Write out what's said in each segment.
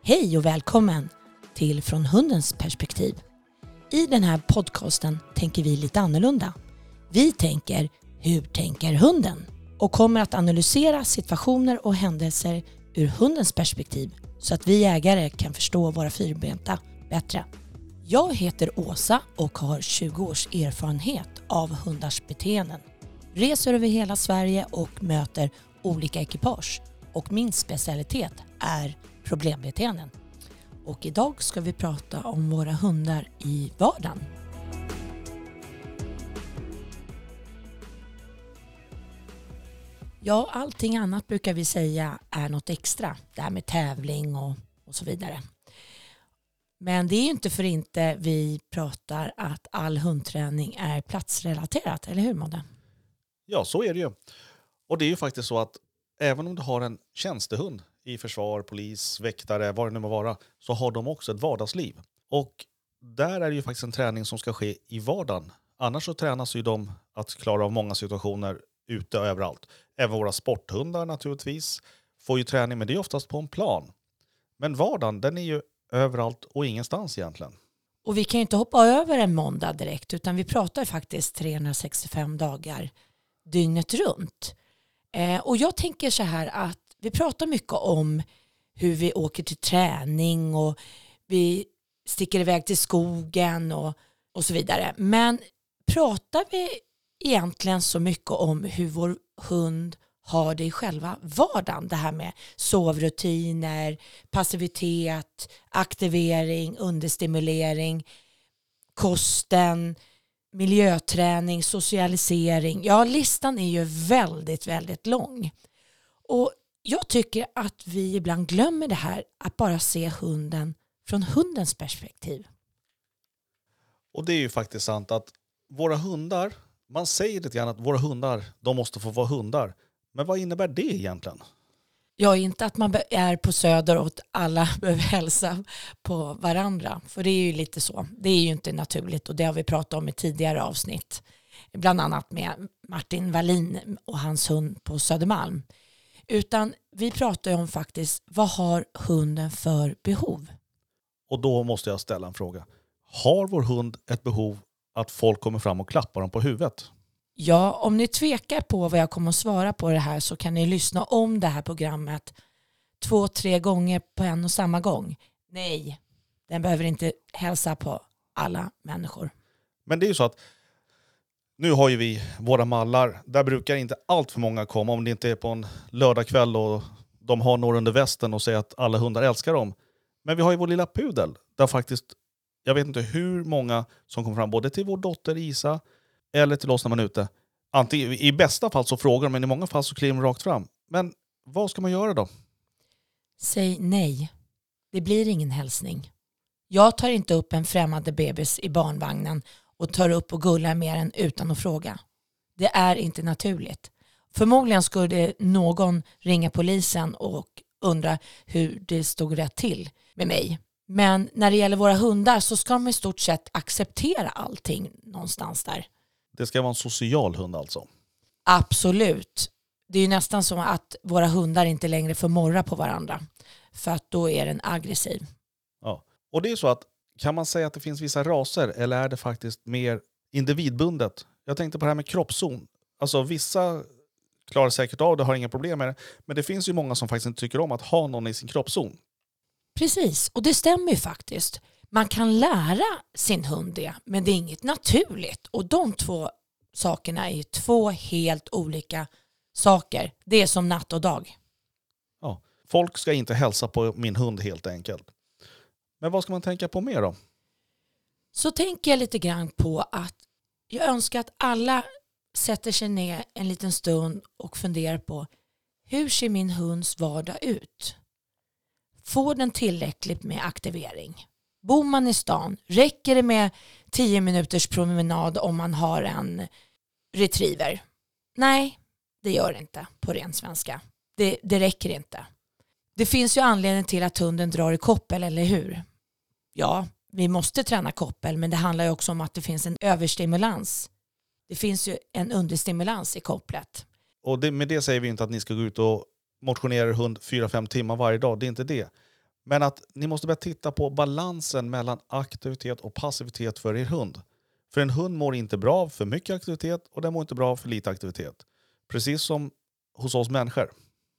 Hej och välkommen till Från hundens perspektiv. I den här podcasten tänker vi lite annorlunda. Vi tänker, hur tänker hunden? Och kommer att analysera situationer och händelser ur hundens perspektiv så att vi ägare kan förstå våra fyrbenta bättre. Jag heter Åsa och har 20 års erfarenhet av hundars beteenden. Reser över hela Sverige och möter olika ekipage. Och min specialitet är problembeteenden. Och idag ska vi prata om våra hundar i vardagen. Ja, allting annat brukar vi säga är något extra. Det här med tävling och så vidare. Men det är ju inte för inte vi pratar att all hundträning är platsrelaterat, eller hur Modde? Ja, så är det ju. Och det är ju faktiskt så att även om du har en tjänstehund i försvar, polis, väktare, vad det nu må vara, så har de också ett vardagsliv. Och där är det ju faktiskt en träning som ska ske i vardagen. Annars så tränas ju de att klara av många situationer ute och överallt. Även våra sporthundar naturligtvis får ju träning, men det är oftast på en plan. Men vardagen, den är ju överallt och ingenstans egentligen. Och vi kan ju inte hoppa över en måndag direkt, utan vi pratar faktiskt 365 dagar dygnet runt. Och jag tänker så här att vi pratar mycket om hur vi åker till träning och vi sticker iväg till skogen och så vidare. Men pratar vi egentligen så mycket om hur vår hund har det i själva vardagen? Det här med sovrutiner, passivitet, aktivering, understimulering, kosten, miljöträning, socialisering. Ja, listan är ju väldigt, väldigt lång. Och jag tycker att vi ibland glömmer det här att bara se hunden från hundens perspektiv. Och det är ju faktiskt sant att våra hundar, man säger lite grann att våra hundar, de måste få vara hundar. Men vad innebär det egentligen? Ja, inte att man är på Söder och att alla behöver hälsa på varandra. För det är ju lite så. Det är ju inte naturligt och det har vi pratat om i tidigare avsnitt. Bland annat med Martin Wallin och hans hund på Södermalm. Utan vi pratar ju om faktiskt, vad har hunden för behov? Och då måste jag ställa en fråga. Har vår hund ett behov att folk kommer fram och klappar dem på huvudet? Ja, om ni tvekar på vad jag kommer att svara på det här så kan ni lyssna om det här programmet 2-3 gånger på en och samma gång. Nej, den behöver inte hälsa på alla människor. Men det är ju så att nu har ju vi våra mallar. Där brukar inte allt för många komma om det inte är på en lördagkväll och de har några under västen och säger att alla hundar älskar dem. Men vi har ju vår lilla pudel där faktiskt, jag vet inte hur många som kommer fram både till vår dotter Isa eller till oss när man är ute. Antingen, i bästa fall så frågar de, men i många fall så kliver de rakt fram. Men vad ska man göra då? Säg nej. Det blir ingen hälsning. Jag tar inte upp en främmande bebis i barnvagnen och tar upp och gullar med den utan att fråga. Det är inte naturligt. Förmodligen skulle någon ringa polisen och undra hur det stod rätt till med mig. Men när det gäller våra hundar så ska de i stort sett acceptera allting någonstans där. Det ska vara en social hund alltså? Absolut. Det är ju nästan som att våra hundar inte längre får morra på varandra. För att då är den aggressiv. Ja. Och det är så att, kan man säga att det finns vissa raser eller är det faktiskt mer individbundet? Jag tänkte på det här med kroppszon. Alltså vissa klarar säkert av det, har inga problem med det. Men det finns ju många som faktiskt inte tycker om att ha någon i sin kroppszon. Precis, och det stämmer ju faktiskt. Man kan lära sin hund det, men det är inget naturligt. Och de två sakerna är ju två helt olika saker. Det är som natt och dag. Ja. Folk ska inte hälsa på min hund helt enkelt. Men vad ska man tänka på mer då? Så tänker jag lite grann på att jag önskar att alla sätter sig ner en liten stund och funderar på hur ser min hunds vardag ut? Får den tillräckligt med aktivering? Bor man i stan, räcker det med 10 minuters promenad om man har en retriever? Nej, det gör det inte på ren svenska. Det räcker inte. Det finns ju anledning till att hunden drar i koppel, eller hur? Ja, vi måste träna koppel, men det handlar ju också om att det finns en överstimulans. Det finns ju en understimulans i kopplet. Och med det säger vi inte att ni ska gå ut och motionera hund 4-5 timmar varje dag. Det är inte det. Men att ni måste börja titta på balansen mellan aktivitet och passivitet för er hund. För en hund mår inte bra av för mycket aktivitet och den mår inte bra av för lite aktivitet. Precis som hos oss människor.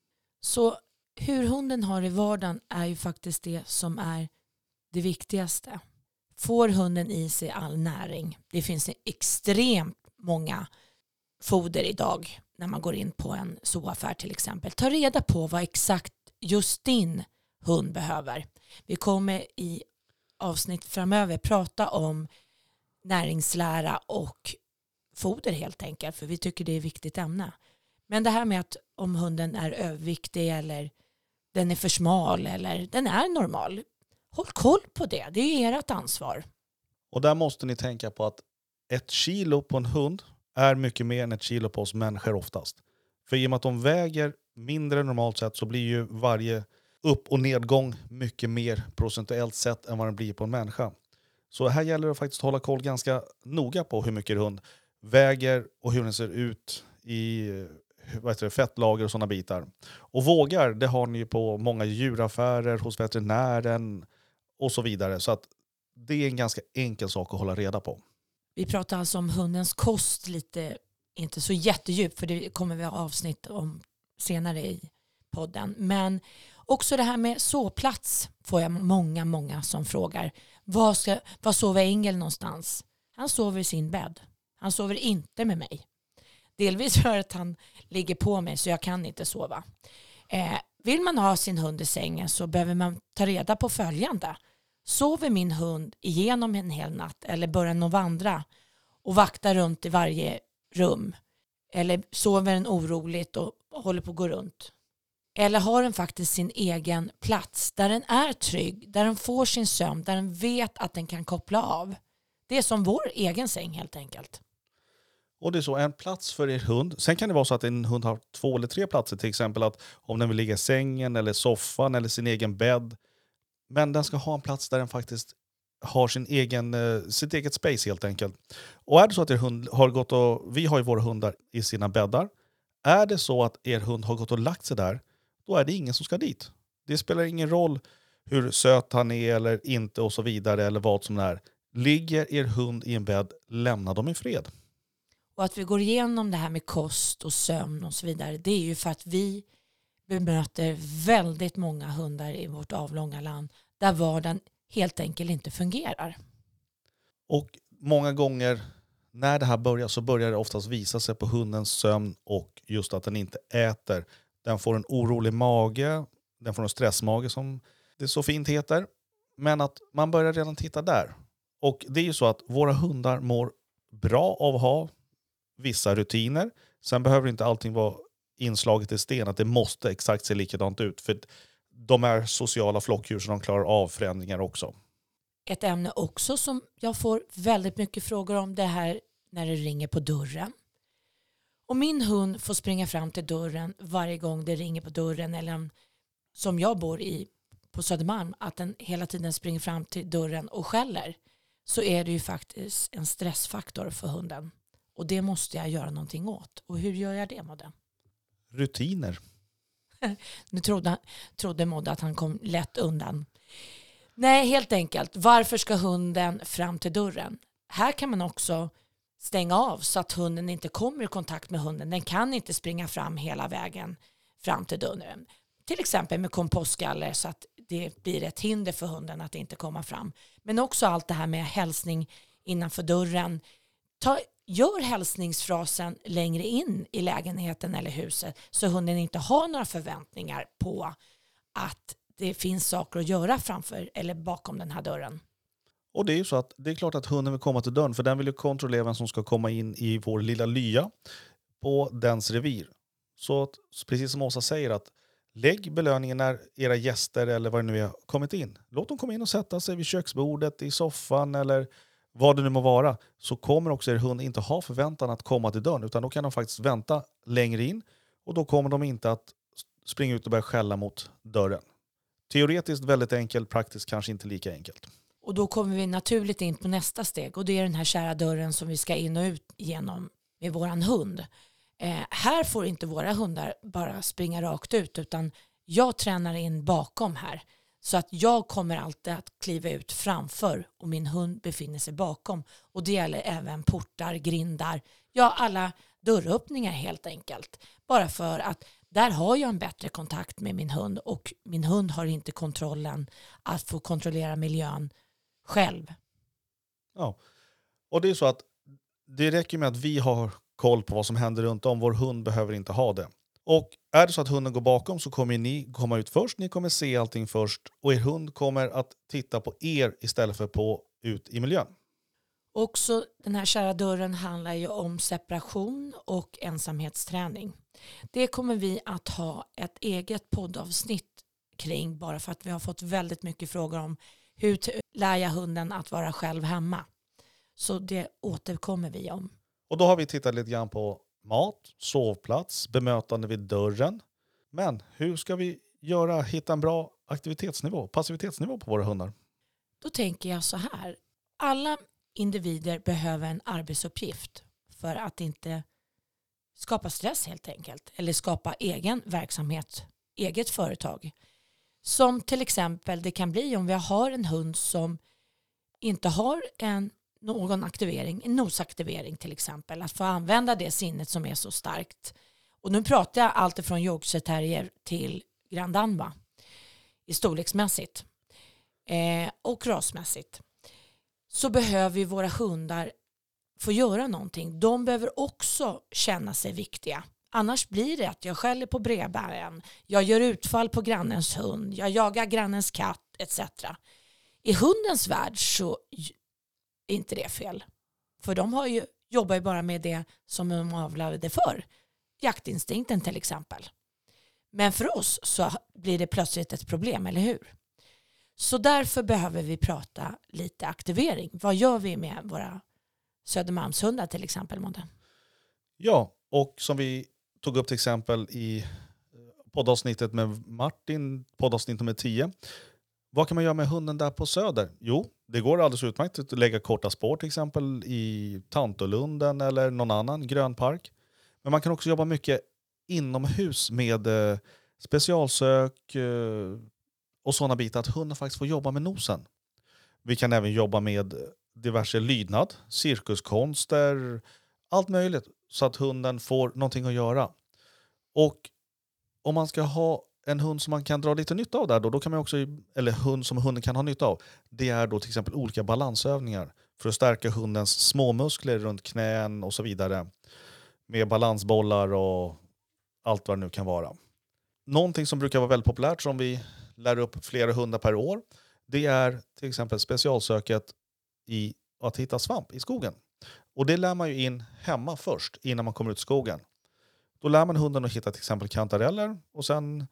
Så hur hunden har i vardagen är ju faktiskt det som är det viktigaste. Får hunden i sig all näring? Det finns extremt många foder idag när man går in på en zooaffär till exempel. Ta reda på vad exakt just din hund behöver. Vi kommer i avsnitt framöver prata om näringslära och foder helt enkelt, för vi tycker det är ett viktigt ämne. Men det här med att om hunden är överviktig eller den är för smal eller den är normal, håll koll på det. Det är ert ansvar. Och där måste ni tänka på att 1 kilo på en hund är mycket mer än 1 kilo på oss människor oftast. För i och med att de väger mindre normalt sett så blir ju varje upp- och nedgång mycket mer procentuellt sett än vad den blir på en människa. Så här gäller det att faktiskt hålla koll ganska noga på hur mycket hund väger och hur den ser ut i fettlager och sådana bitar. Och vågar, det har ni på många djuraffärer, hos veterinären och så vidare. Så att det är en ganska enkel sak att hålla reda på. Vi pratar alltså om hundens kost lite, inte så jättedjupt, för det kommer vi ha avsnitt om senare i podden. Men också det här med sovplats får jag många som frågar. Var sover Engel någonstans? Han sover i sin bädd. Han sover inte med mig. Delvis för att han ligger på mig så jag kan inte sova. Vill man ha sin hund i sängen så behöver man ta reda på följande. Sover min hund igenom en hel natt eller börjar den vandra och vakta runt i varje rum? Eller sover den oroligt och håller på att gå runt? Eller har den faktiskt sin egen plats där den är trygg, där den får sin sömn, där den vet att den kan koppla av? Det är som vår egen säng helt enkelt. Och det är så, en plats för er hund. Sen kan det vara så att en hund har 2 eller 3 platser. Till exempel att om den vill ligga i sängen eller soffan eller sin egen bädd. Men den ska ha en plats där den faktiskt har sitt eget space helt enkelt. Och är det så att er hund har gått och... Vi har ju våra hundar i sina bäddar. Är det så att er hund har gått och lagt sig där, då är det ingen som ska dit. Det spelar ingen roll hur söt han är eller inte och så vidare eller vad som är. Ligger er hund i en bädd, lämna dem i fred. Och att vi går igenom det här med kost och sömn och så vidare, det är ju för att vi bemöter väldigt många hundar i vårt avlånga land där vardagen helt enkelt inte fungerar. Och många gånger när det här börjar så börjar det oftast visa sig på hundens sömn och just att den inte äter. Den får en orolig mage, den får en stressmage som det så fint heter. Men att man börjar redan titta där. Och det är ju så att våra hundar mår bra av att ha vissa rutiner. Sen behöver inte allting vara inslaget i sten, att det måste exakt se likadant ut. För de är sociala flockdjur så de klarar av förändringar också. Ett ämne också som jag får väldigt mycket frågor om, det här när det ringer på dörren. Och min hund får springa fram till dörren varje gång det ringer på dörren, eller som jag bor på Södermalm, att den hela tiden springer fram till dörren och skäller, så är det ju faktiskt en stressfaktor för hunden. Och det måste jag göra någonting åt. Och hur gör jag det, Modde? Rutiner. Nu trodde Modde att han kom lätt undan. Nej, helt enkelt. Varför ska hunden fram till dörren? Här kan man också stänga av så att hunden inte kommer i kontakt med hunden. Den kan inte springa fram hela vägen fram till dörren. Till exempel med kompostgaller så att det blir ett hinder för hunden att inte komma fram. Men också allt det här med hälsning innanför dörren. Gör hälsningsfrasen längre in i lägenheten eller huset så hunden inte har några förväntningar på att det finns saker att göra framför eller bakom den här dörren. Och det är ju så att det är klart att hunden vill komma till dörren, för den vill ju kontrollera vem som ska komma in i vår lilla lya på dens revir. Så att, precis som Åsa säger, att lägg belöningen när era gäster eller vad det nu är kommit in. Låt dem komma in och sätta sig vid köksbordet, i soffan eller vad det nu må vara. Så kommer också er hund inte ha förväntan att komma till dörren, utan då kan de faktiskt vänta längre in och då kommer de inte att springa ut och börja skälla mot dörren. Teoretiskt väldigt enkelt, praktiskt kanske inte lika enkelt. Och då kommer vi naturligt in på nästa steg, och det är den här kära dörren som vi ska in och ut genom med våran hund. Här får inte våra hundar bara springa rakt ut, utan jag tränar in bakom här. Så att jag kommer alltid att kliva ut framför och min hund befinner sig bakom. Och det gäller även portar, grindar, ja alla dörröppningar helt enkelt. Bara för att där har jag en bättre kontakt med min hund och min hund har inte kontrollen att få kontrollera miljön själv. Ja, och det är så att det räcker med att vi har koll på vad som händer runt om. Vår hund behöver inte ha det. Och är det så att hunden går bakom så kommer ni komma ut först. Ni kommer se allting först. Och er hund kommer att titta på er istället för på ut i miljön. Också den här kära dörren handlar ju om separation och ensamhetsträning. Det kommer vi att ha ett eget poddavsnitt kring bara för att vi har fått väldigt mycket frågor om hur lär jag hunden att vara själv hemma. Så det återkommer vi om. Och då har vi tittat lite grann på mat, sovplats, bemötande vid dörren. Men hur ska vi hitta en bra aktivitetsnivå, passivitetsnivå på våra hundar? Då tänker jag så här. Alla individer behöver en arbetsuppgift för att inte skapa stress helt enkelt. Eller skapa egen verksamhet, eget företag. Som till exempel det kan bli om vi har en hund som inte har någon aktivering, en nosaktivering till exempel. Att få använda det sinnet som är så starkt. Och nu pratar jag allt från Yorkshire terrier till Grand Danois i storleksmässigt och rasmässigt. Så behöver ju våra hundar få göra någonting. De behöver också känna sig viktiga. Annars blir det att jag skäller på brevbäraren, jag gör utfall på grannens hund, jag jagar grannens katt etc. I hundens värld så är inte det fel. För de jobbar ju bara med det som de avlade för. Jaktinstinkten till exempel. Men för oss så blir det plötsligt ett problem, eller hur? Så därför behöver vi prata lite aktivering. Vad gör vi med våra Södermalmshundar till exempel, Månde? Ja, och som vi tog upp till exempel i poddavsnittet med Martin, poddavsnitt nummer 10. Vad kan man göra med hunden där på Söder? Jo, det går alldeles utmärkt att lägga korta spår till exempel i Tantolunden eller någon annan grönpark. Men man kan också jobba mycket inomhus med specialsök och sådana bitar att hunden faktiskt får jobba med nosen. Vi kan även jobba med diverse lydnad, cirkuskonster, allt möjligt så att hunden får någonting att göra. Och om man ska ha en hund som man kan dra lite nytta av där då kan man också, eller hund som hunden kan ha nytta av, det är då till exempel olika balansövningar för att stärka hundens småmuskler runt knän och så vidare. Med balansbollar och allt vad det nu kan vara. Någonting som brukar vara väldigt populärt som vi lär upp flera hundar per år, det är till exempel specialsöket i att hitta svamp i skogen. Och det lär man ju in hemma först innan man kommer ut i skogen. Då lär man hunden att hitta till exempel kantareller och sen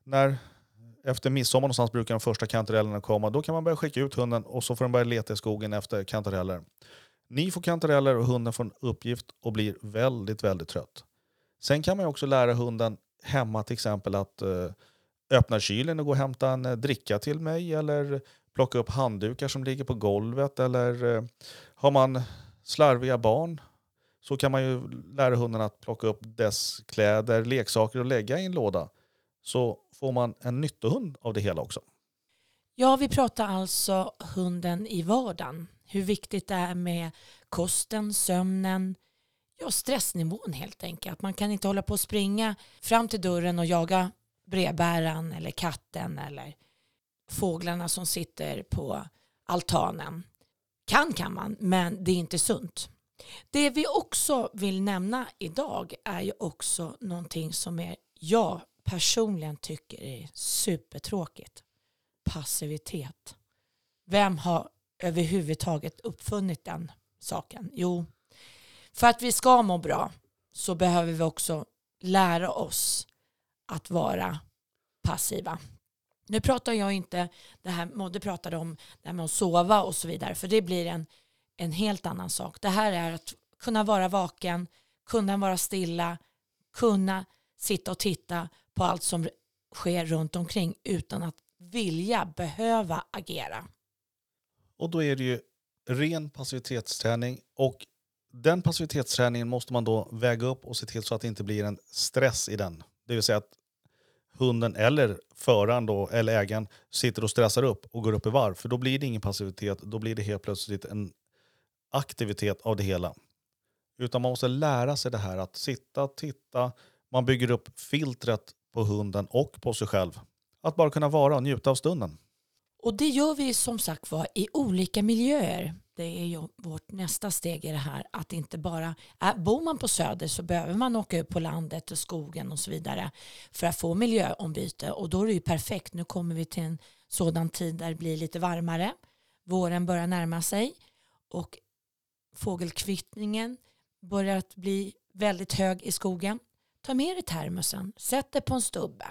efter midsommar någonstans brukar de första kantarellerna komma. Då kan man börja skicka ut hunden och så får den börja leta i skogen efter kantareller. Ni får kantareller och hunden får en uppgift och blir väldigt, väldigt trött. Sen kan man också lära hunden hemma till exempel att öppna kylen och gå och hämta en dricka till mig eller plocka upp handdukar som ligger på golvet eller har man slarviga barn så kan man ju lära hunden att plocka upp dess kläder, leksaker och lägga i en låda. Så får man en nyttohund av det hela också. Ja, vi pratar alltså hunden i vardagen. Hur viktigt det är med kosten, sömnen, ja, stressnivån helt enkelt. Man kan inte hålla på att springa fram till dörren och jaga brevbäraren eller katten eller fåglarna som sitter på altanen. Kan man, men det är inte sunt. Det vi också vill nämna idag är ju också någonting som jag personligen tycker är supertråkigt. Passivitet. Vem har överhuvudtaget uppfunnit den saken? Jo, för att vi ska må bra så behöver vi också lära oss att vara passiva. Nu pratar jag inte, det här Modde pratade om det här med att sova och så vidare, för det blir en helt annan sak. Det här är att kunna vara vaken, kunna vara stilla, kunna sitta och titta på allt som sker runt omkring utan att behöva agera. Och då är det ju ren passivitetsträning och den passivitetsträningen måste man då väga upp och se till så att det inte blir en stress i den. Det vill säga att hunden eller föraren då, eller ägaren sitter och stressar upp och går upp i varv. För då blir det ingen passivitet, då blir det helt plötsligt en aktivitet av det hela. Utan man måste lära sig det här att sitta, titta, man bygger upp filtret på hunden och på sig själv. Att bara kunna vara och njuta av stunden. Och det gör vi som sagt var i olika miljöer. Det är ju vårt nästa steg i det här. Att inte bara, bor man på Söder så behöver man åka ut på landet och skogen och så vidare för att få miljöombyte. Och då är det ju perfekt. Nu kommer vi till en sådan tid där det blir lite varmare. Våren börjar närma sig och fågelkvittringen börjar att bli väldigt hög i skogen. Ta med dig termosen, sätt det på en stubbe.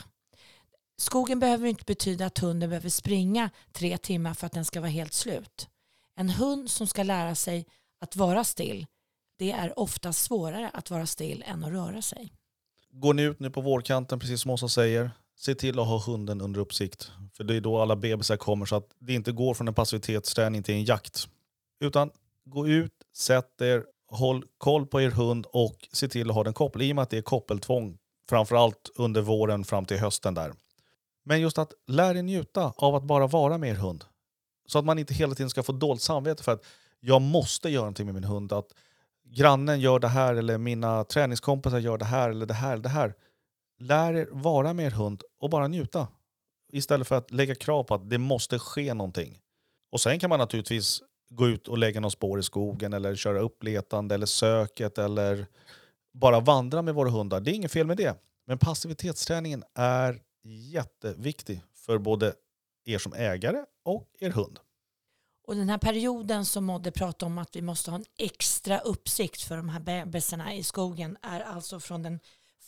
Skogen behöver inte betyda att hunden behöver springa 3 timmar för att den ska vara helt slut. En hund som ska lära sig att vara still, det är ofta svårare att vara still än att röra sig. Går ni ut nu på vårkanten, precis som Åsa säger, se till att ha hunden under uppsikt. För det är då alla bebisar kommer, så att det inte går från en passivitetsträning till en jakt. Utan gå ut, sätt er, håll koll på er hund och se till att ha den kopplad. I och med att det är koppeltvång, framförallt under våren fram till hösten där. Men just att lära er njuta av att bara vara med er hund. Så att man inte hela tiden ska få dåligt samvete för att jag måste göra någonting med min hund. Att grannen gör det här eller mina träningskompisar gör det här eller det här eller det här. Lär er vara med er hund och bara njuta. Istället för att lägga krav på att det måste ske någonting. Och sen kan man naturligtvis gå ut och lägga någon spår i skogen eller köra uppletande eller söket eller bara vandra med våra hundar. Det är inget fel med det. Men passivitetsträningen är jätteviktig för både er som ägare och er hund. Och den här perioden som Modde pratade om att vi måste ha en extra uppsikt för de här bebisarna i skogen är alltså från den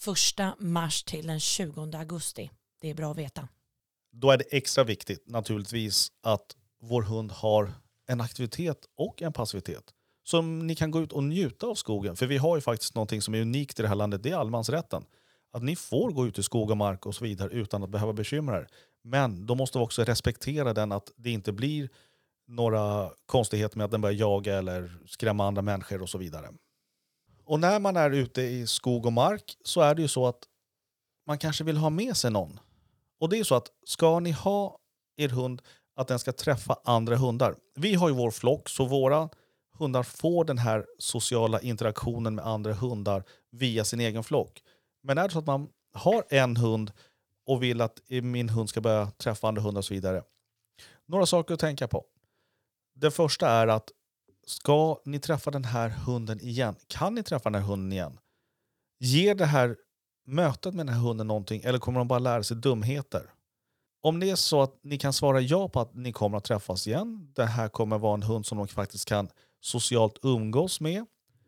1 mars till den 20 augusti. Det är bra att veta. Då är det extra viktigt naturligtvis att vår hund har en aktivitet och en passivitet. Så ni kan gå ut och njuta av skogen. För vi har ju faktiskt någonting som är unikt i det här landet. Det är allemansrätten. Att ni får gå ut i skog och mark och så vidare utan att behöva bekymra er. Men då måste vi också respektera den, att det inte blir några konstigheter med att den börjar jaga eller skrämma andra människor och så vidare. Och när man är ute i skog och mark så är det ju så att man kanske vill ha med sig någon. Och det är så att ska ni ha er hund att den ska träffa andra hundar. Vi har ju vår flock, så våra hundar får den här sociala interaktionen med andra hundar via sin egen flock. Men är det så att man har en hund och vill att min hund ska börja träffa andra hundar och så vidare. Några saker att tänka på. Det första är att ska ni träffa den här hunden igen? Kan ni träffa den här hunden igen? Ger det här mötet med den här hunden någonting eller kommer de bara lära sig dumheter? Om det är så att ni kan svara ja på att ni kommer att träffas igen, det här kommer vara en hund som de faktiskt kan socialt umgås med.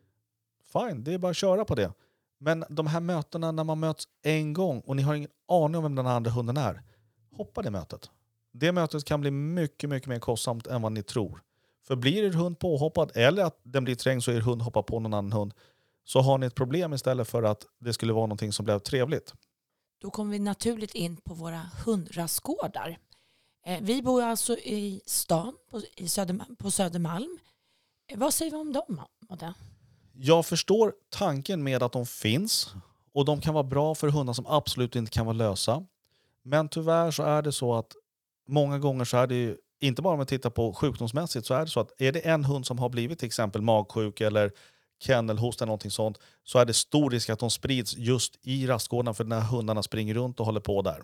Fine, det är bara att köra på det. Men de här mötena när man möts en gång och ni har ingen aning om vem den andra hunden är, hoppa det mötet. Det mötet kan bli mycket, mycket mer kostsamt än vad ni tror. För blir er hund påhoppad eller att den blir trängd så er hund hoppar på någon annan hund, så har ni ett problem istället för att det skulle vara någonting som blev trevligt. Då kommer vi naturligt in på våra hundrastgårdar. Vi bor alltså i stan på Södermalm. Vad säger vi om dem, Modde? Jag förstår tanken med att de finns och de kan vara bra för hundar som absolut inte kan vara lösa. Men tyvärr så är det så att många gånger så är det ju, inte bara om man tittar på sjukdomsmässigt, så är det så att är det en hund som har blivit till exempel magsjuk eller kennelhosta eller någonting sånt, så är det stor risk att de sprids just i rastgården för när hundarna springer runt och håller på där.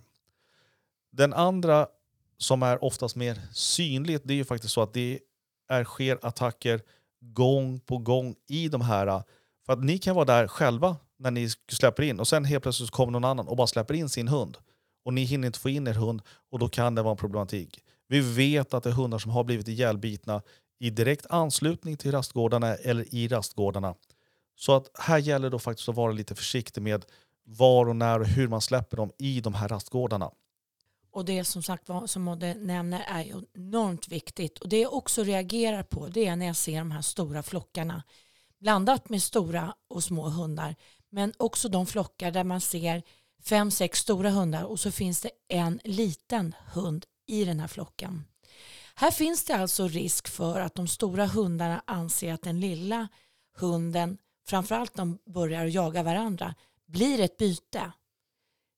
Den andra som är oftast mer synligt, det är ju faktiskt så att det sker attacker gång på gång i de här. För att ni kan vara där själva när ni släpper in och sen helt plötsligt kommer någon annan och bara släpper in sin hund. Och ni hinner inte få in er hund och då kan det vara en problematik. Vi vet att det är hundar som har blivit ihjälbitna i direkt anslutning till rastgårdarna eller i rastgårdarna. Så att här gäller det då faktiskt att vara lite försiktig med var och när och hur man släpper dem i de här rastgårdarna. Och det som sagt som Modde nämner är ju enormt viktigt. Och det jag också reagerar på, det är när jag ser de här stora flockarna. Blandat med stora och små hundar. Men också de flockar där man ser 5-6 stora hundar och så finns det en liten hund i den här flocken. Här finns det alltså risk för att de stora hundarna anser att den lilla hunden, framförallt de börjar jaga varandra, blir ett byte.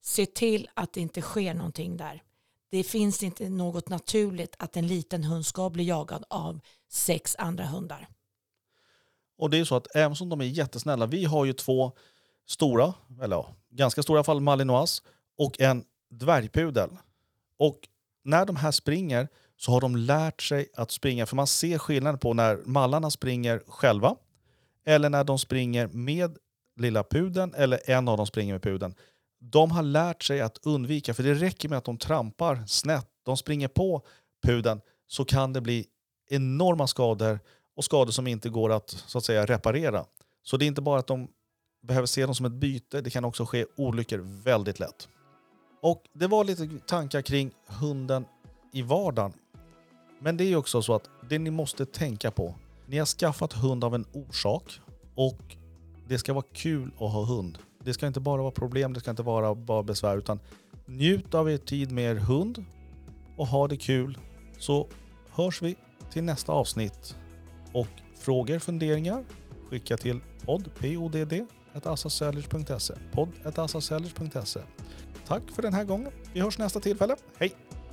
se till att det inte sker någonting där. Det finns inte något naturligt att en liten hund ska bli jagad av 6 andra hundar. Och det är så att även som de är jättesnälla, vi har ju 2 stora, eller ja, ganska stora i alla fall, malinois och en dvärgpudel. Och när de här springer så har de lärt sig att springa, för man ser skillnaden på när mallarna springer själva eller när de springer med lilla pudeln eller en av dem springer med pudeln. De har lärt sig att undvika, för det räcker med att de trampar snett, de springer på pudeln, så kan det bli enorma skador och skador som inte går att, så att säga, reparera. Så det är inte bara att de behöver se dem som ett byte, det kan också ske olyckor väldigt lätt. Och det var lite tankar kring hunden i vardagen. Men det är också så att det ni måste tänka på, ni har skaffat hund av en orsak och det ska vara kul att ha hund. Det ska inte bara vara problem, det ska inte bara besvär, utan njut av er tid med er hund och ha det kul. Så hörs vi till nästa avsnitt. Och frågor, funderingar, skicka till podd@assasellers.se. Tack för den här gången. Vi hörs nästa tillfälle. Hej!